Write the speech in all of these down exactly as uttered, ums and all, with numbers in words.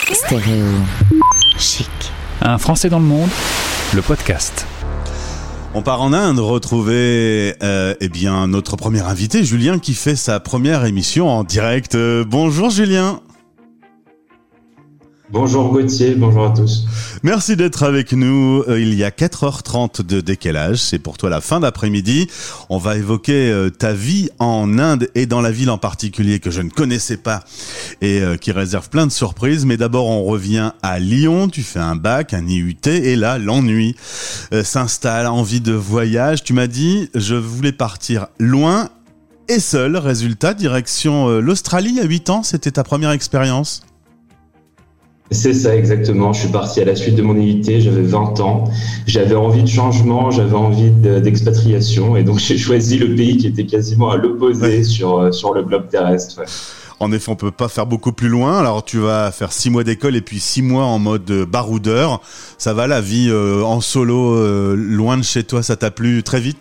Stéréo chic. Un Français dans le monde, le podcast. On part en Inde retrouver euh, eh bien notre premier invité, Julien, qui fait sa première émission en direct. Euh, bonjour Julien. Bonjour Gauthier, bonjour à tous. Merci d'être avec nous. Euh, il y a quatre heures trente de décalage, c'est pour toi la fin d'après-midi. On va évoquer euh, ta vie en Inde et dans la ville en particulier que je ne connaissais pas et euh, qui réserve plein de surprises. Mais d'abord, on revient à Lyon. Tu fais un bac, un I U T et là, l'ennui euh, s'installe, envie de voyage. Tu m'as dit, je voulais partir loin et seul. Résultat, direction euh, l'Australie à huit ans. C'était ta première expérience ? C'est ça exactement, je suis parti à la suite de mon I U T, j'avais vingt ans, j'avais envie de changement, j'avais envie de, d'expatriation et donc j'ai choisi le pays qui était quasiment à l'opposé ouais. sur, sur le globe terrestre. Ouais. En effet, on peut pas faire beaucoup plus loin, alors tu vas faire six mois d'école et puis six mois en mode baroudeur. Ça va, la vie euh, en solo, euh, loin de chez toi, ça t'a plu très vite ?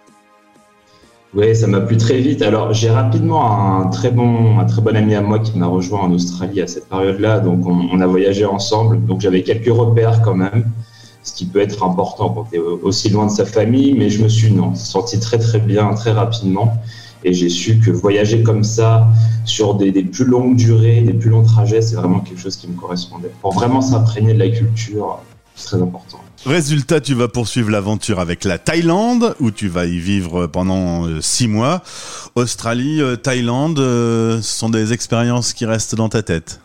Oui, ça m'a plu très vite. Alors, j'ai rapidement un très bon, un très bon ami à moi qui m'a rejoint en Australie à cette période-là. Donc, on, on a voyagé ensemble. Donc, j'avais quelques repères quand même, ce qui peut être important quand tu es aussi loin de sa famille. Mais je me suis non, senti très, très bien, très rapidement. Et j'ai su que voyager comme ça, sur des, des plus longues durées, des plus longs trajets, c'est vraiment quelque chose qui me correspondait. Pour vraiment s'imprégner de la culture, c'est très important. Résultat, tu vas poursuivre l'aventure avec la Thaïlande, où tu vas y vivre pendant euh, six mois. Australie, euh, Thaïlande, euh, ce sont des expériences qui restent dans ta tête.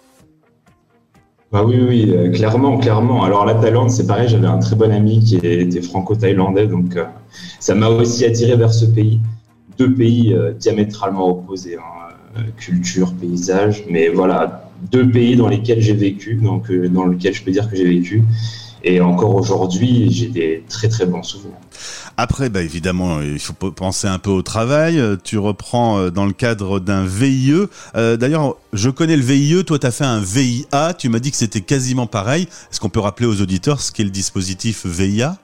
Bah oui, oui, euh, clairement, clairement. Alors la Thaïlande, c'est pareil, j'avais un très bon ami qui était franco-thaïlandais, donc euh, ça m'a aussi attiré vers ce pays. Deux pays euh, diamétralement opposés, hein, euh, culture, paysage, mais voilà, deux pays dans lesquels j'ai vécu, donc euh, dans lesquels je peux dire que j'ai vécu. Et encore aujourd'hui, j'ai des très très bons souvenirs. Après, bah évidemment, il faut penser un peu au travail. Tu reprends dans le cadre d'un V I E. Euh, d'ailleurs, je connais le V I E. Toi, tu as fait un V I A. Tu m'as dit que c'était quasiment pareil. Est-ce qu'on peut rappeler aux auditeurs ce qu'est le dispositif V I A ?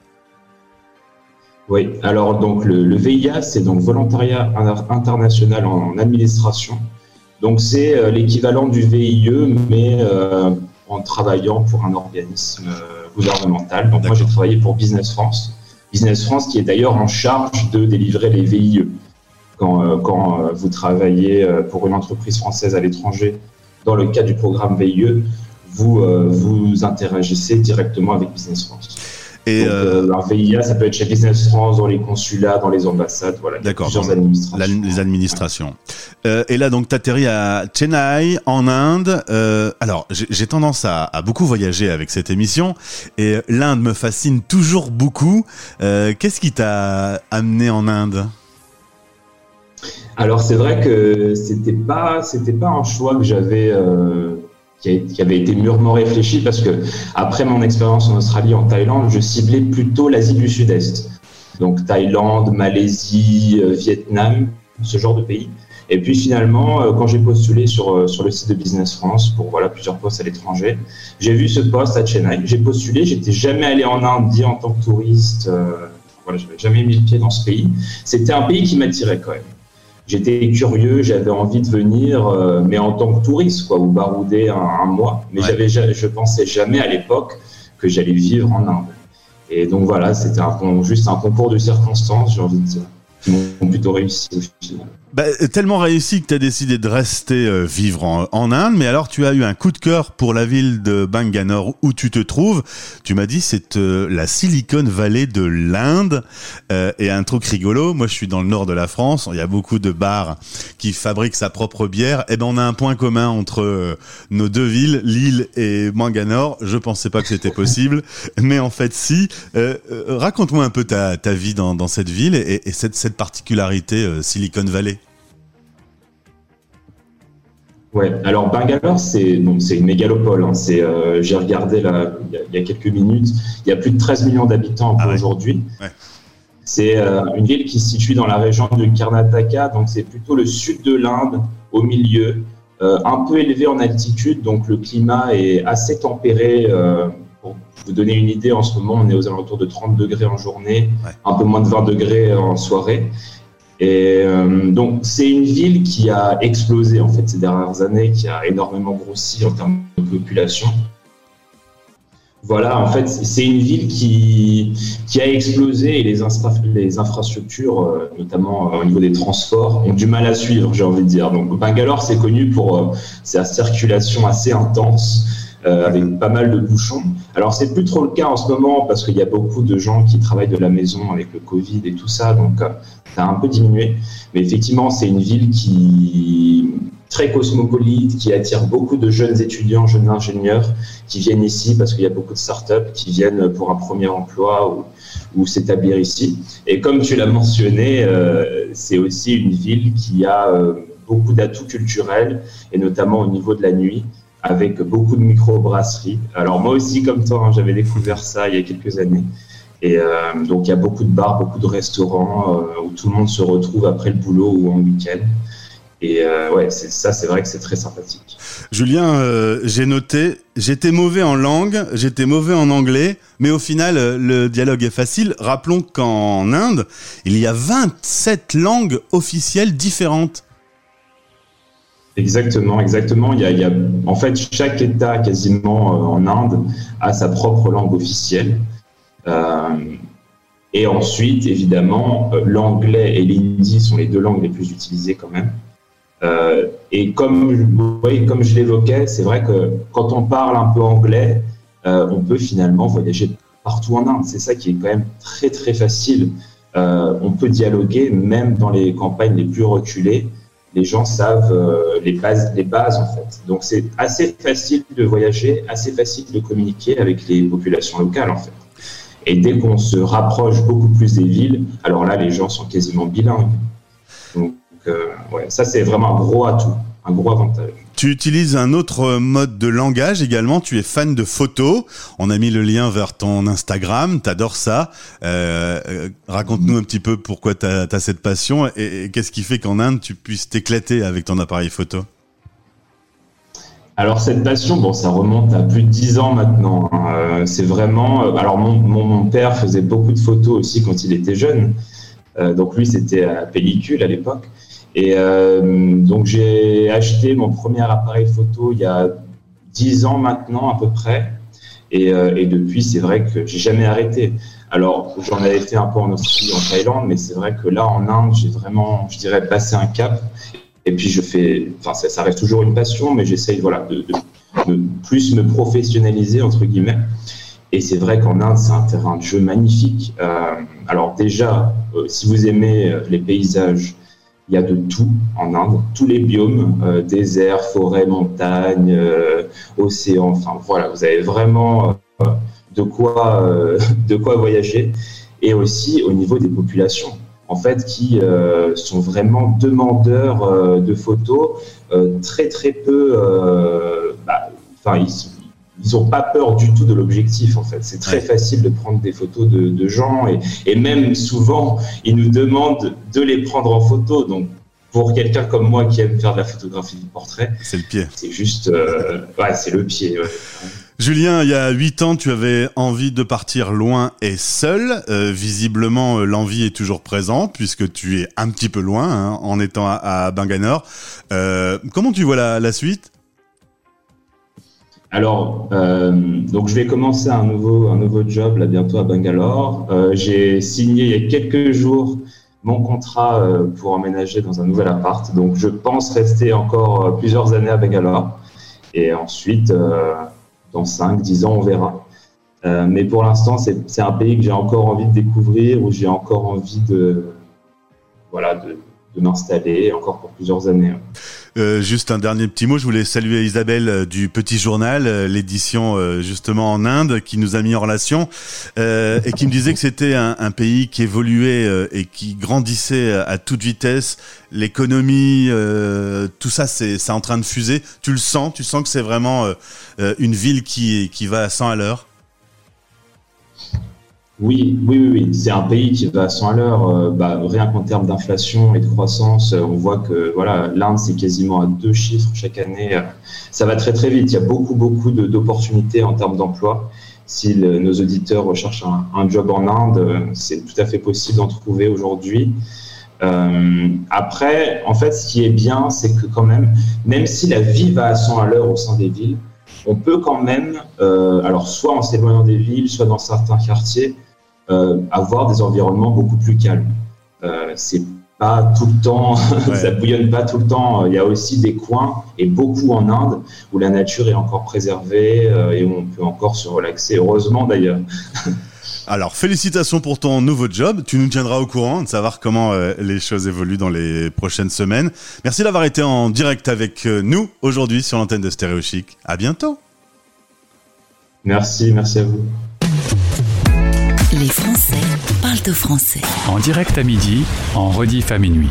Oui. Alors donc le, le V I A, c'est donc volontariat international en administration. Donc c'est euh, l'équivalent du V I E, mais euh, en travaillant pour un organisme euh, gouvernemental. Donc D'accord. Moi, j'ai travaillé pour Business France. Business France qui est d'ailleurs en charge de délivrer les V I E. Quand, euh, quand euh, vous travaillez euh, pour une entreprise française à l'étranger, dans le cadre du programme V I E, vous, euh, vous interagissez directement avec Business France. Et donc, euh, euh, un V I A, ça peut être chez Business France, dans les consulats, dans les ambassades, voilà, D'accord, plusieurs administrations. La, les administrations. Ouais. Euh, et là, donc, tu atterris à Chennai, en Inde. Euh, alors, j'ai, j'ai tendance à, à beaucoup voyager avec cette émission, et l'Inde me fascine toujours beaucoup. Euh, qu'est-ce qui t'a amené en Inde ? Alors, c'est vrai que c'était pas, c'était pas un choix que j'avais... Euh, qui avait été mûrement réfléchi parce que après mon expérience en Australie, en Thaïlande, je ciblais plutôt l'Asie du Sud-Est. Donc Thaïlande, Malaisie, Vietnam, ce genre de pays. Et puis finalement, quand j'ai postulé sur, sur le site de Business France pour voilà, plusieurs postes à l'étranger, j'ai vu ce poste à Chennai. J'ai postulé, j'étais jamais allé en Inde en tant que touriste. Euh, voilà, j'avais jamais mis le pied dans ce pays. C'était un pays qui m'attirait quand même. J'étais curieux, j'avais envie de venir, euh, mais en tant que touriste, quoi, ou barouder un, un mois. Mais ouais. j'avais, je pensais jamais à l'époque que j'allais vivre en Inde. Et donc voilà, c'était un, juste un concours de circonstances, j'ai envie de dire, qui m'ont plutôt réussi au final. Bah, tellement réussi que tu as décidé de rester euh, vivre en, en Inde, mais alors tu as eu un coup de cœur pour la ville de Bangalore où tu te trouves. Tu m'as dit c'est euh, la Silicon Valley de l'Inde. Euh, et un truc rigolo, moi je suis dans le nord de la France, il y a beaucoup de bars qui fabriquent sa propre bière. Et ben on a un point commun entre euh, nos deux villes, Lille et Bangalore. Je pensais pas que c'était possible, mais en fait si. Euh, euh, raconte-moi un peu ta, ta vie dans, dans cette ville et, et cette, cette particularité euh, Silicon Valley. Ouais, alors Bangalore, c'est donc c'est une mégalopole. Hein. C'est, euh, j'ai regardé là il y, a, il y a quelques minutes. Il y a plus de treize millions d'habitants ah ouais. aujourd'hui. Ouais. C'est euh, une ville qui se situe dans la région du Karnataka, donc c'est plutôt le sud de l'Inde, au milieu, euh, un peu élevé en altitude, donc le climat est assez tempéré. Euh, pour vous donner une idée, en ce moment, on est aux alentours de trente degrés en journée, ouais. un peu moins de vingt degrés en soirée. Et euh, donc, c'est une ville qui a explosé en fait ces dernières années, qui a énormément grossi en termes de population. Voilà, en fait, c'est une ville qui, qui a explosé et les, infra, les infrastructures, euh, notamment euh, au niveau des transports, ont du mal à suivre, j'ai envie de dire. Donc, Bangalore, c'est connu pour euh, sa circulation assez intense, euh, avec pas mal de bouchons. Alors, c'est plus trop le cas en ce moment parce qu'il y a beaucoup de gens qui travaillent de la maison avec le Covid et tout ça, donc euh, ça a un peu diminué. Mais effectivement, c'est une ville qui très cosmopolite, qui attire beaucoup de jeunes étudiants, jeunes ingénieurs qui viennent ici parce qu'il y a beaucoup de startups qui viennent pour un premier emploi ou, ou s'établir ici. Et comme tu l'as mentionné, euh, c'est aussi une ville qui a euh, beaucoup d'atouts culturels et notamment au niveau de la nuit, avec beaucoup de micro-brasseries. Alors moi aussi, comme toi, hein, j'avais découvert ça il y a quelques années. Et euh, donc il y a beaucoup de bars, beaucoup de restaurants euh, où tout le monde se retrouve après le boulot ou en week-end. Et euh, ouais, c'est, ça, c'est vrai que c'est très sympathique. Julien, euh, j'ai noté, j'étais mauvais en langue, j'étais mauvais en anglais, mais au final, euh, le dialogue est facile. Rappelons qu'en Inde, il y a vingt-sept langues officielles différentes. Exactement, exactement. Il y a, il y a, en fait, chaque État quasiment euh, en Inde a sa propre langue officielle. Euh, et ensuite, évidemment, euh, l'anglais et l'hindi sont les deux langues les plus utilisées quand même. Euh, et comme, oui, comme je l'évoquais, c'est vrai que quand on parle un peu anglais, euh, on peut finalement voyager partout en Inde. C'est ça qui est quand même très très facile. Euh, on peut dialoguer même dans les campagnes les plus reculées. Les gens savent euh, les bases, les bases en fait. Donc c'est assez facile de voyager, assez facile de communiquer avec les populations locales en fait. Et dès qu'on se rapproche beaucoup plus des villes, alors là les gens sont quasiment bilingues. Donc euh, ouais, ça c'est vraiment un gros atout, un gros avantage. Tu utilises un autre mode de langage également, tu es fan de photos. On a mis le lien vers ton Instagram, t'adores ça. Euh, euh, raconte-nous un petit peu pourquoi t'as, t'as cette passion et, et qu'est-ce qui fait qu'en Inde tu puisses t'éclater avec ton appareil photo. Alors cette passion, bon, ça remonte à plus de dix ans maintenant. Hein. Euh, c'est vraiment. Euh, alors mon, mon, mon père faisait beaucoup de photos aussi quand il était jeune. Euh, donc lui, c'était à pellicule à l'époque. Et euh, donc j'ai acheté mon premier appareil photo il y a dix ans maintenant à peu près. Et, euh, et depuis, c'est vrai que j'ai jamais arrêté. Alors j'en avais fait un peu en Australie, en Thaïlande, mais c'est vrai que là en Inde, j'ai vraiment, je dirais, passé un cap. Et puis je fais, enfin ça, ça reste toujours une passion, mais j'essaye voilà de, de, de plus me professionnaliser entre guillemets. Et c'est vrai qu'en Inde, c'est un terrain de jeu magnifique. Euh, alors déjà, euh, si vous aimez les paysages, il y a de tout en Inde, tous les biomes, euh, désert, forêt, montagne, euh, océan. Enfin voilà, vous avez vraiment euh, de quoi, euh, de quoi voyager. Et aussi au niveau des populations, en fait, qui euh, sont vraiment demandeurs euh, de photos, euh, très très peu. Euh, bah, enfin, ils ils n'ont pas peur du tout de l'objectif, en fait. C'est très ouais. facile de prendre des photos de, de gens et, et même souvent, ils nous demandent de les prendre en photo. Donc, pour quelqu'un comme moi qui aime faire de la photographie de portrait, c'est le pied. C'est juste, euh, ouais, c'est le pied. Ouais. Julien, il y a huit ans, tu avais envie de partir loin et seul. Euh, visiblement, l'envie est toujours présente puisque tu es un petit peu loin hein, en étant à, à Bangalore. Euh, comment tu vois la, la suite ? Alors, euh, donc je vais commencer un nouveau, un nouveau job là bientôt à Bangalore. Euh, j'ai signé il y a quelques jours mon contrat euh, pour emménager dans un nouvel appart. Donc, je pense rester encore euh, plusieurs années à Bangalore. Et ensuite, euh, dans cinq dix ans, on verra. Euh, mais pour l'instant, c'est, c'est un pays que j'ai encore envie de découvrir, où j'ai encore envie de, voilà, de, de m'installer encore pour plusieurs années. Euh, juste un dernier petit mot, je voulais saluer Isabelle euh, du Petit Journal, euh, l'édition euh, justement en Inde, qui nous a mis en relation euh, et qui me disait que c'était un, un pays qui évoluait euh, et qui grandissait à, à toute vitesse. L'économie, euh, tout ça, c'est, c'est en train de fuser. Tu le sens, tu sens que c'est vraiment euh, une ville qui, qui va à cent à l'heure. Oui, oui, oui, oui, c'est un pays qui va à cent à l'heure. Euh, bah, rien qu'en termes d'inflation et de croissance, on voit que voilà, l'Inde, c'est quasiment à deux chiffres chaque année. Ça va très, très vite. Il y a beaucoup, beaucoup de, d'opportunités en termes d'emploi. Si le, nos auditeurs recherchent un, un job en Inde, c'est tout à fait possible d'en trouver aujourd'hui. Euh, après, en fait, ce qui est bien, c'est que quand même, même si la vie va à cent à l'heure au sein des villes, on peut quand même, euh, alors soit en s'éloignant des villes, soit dans certains quartiers, euh, avoir des environnements beaucoup plus calmes. Euh, c'est pas tout le temps, ouais. Ça bouillonne pas tout le temps. Il y a aussi des coins, et beaucoup en Inde, où la nature est encore préservée euh, et où on peut encore se relaxer, heureusement d'ailleurs. Alors, félicitations pour ton nouveau job. Tu nous tiendras au courant de savoir comment euh, les choses évoluent dans les prochaines semaines. Merci d'avoir été en direct avec euh, nous aujourd'hui sur l'antenne de Stéréo Chic. À bientôt. Merci, merci à vous. Les Français parlent au français. En direct à midi, en rediff à minuit.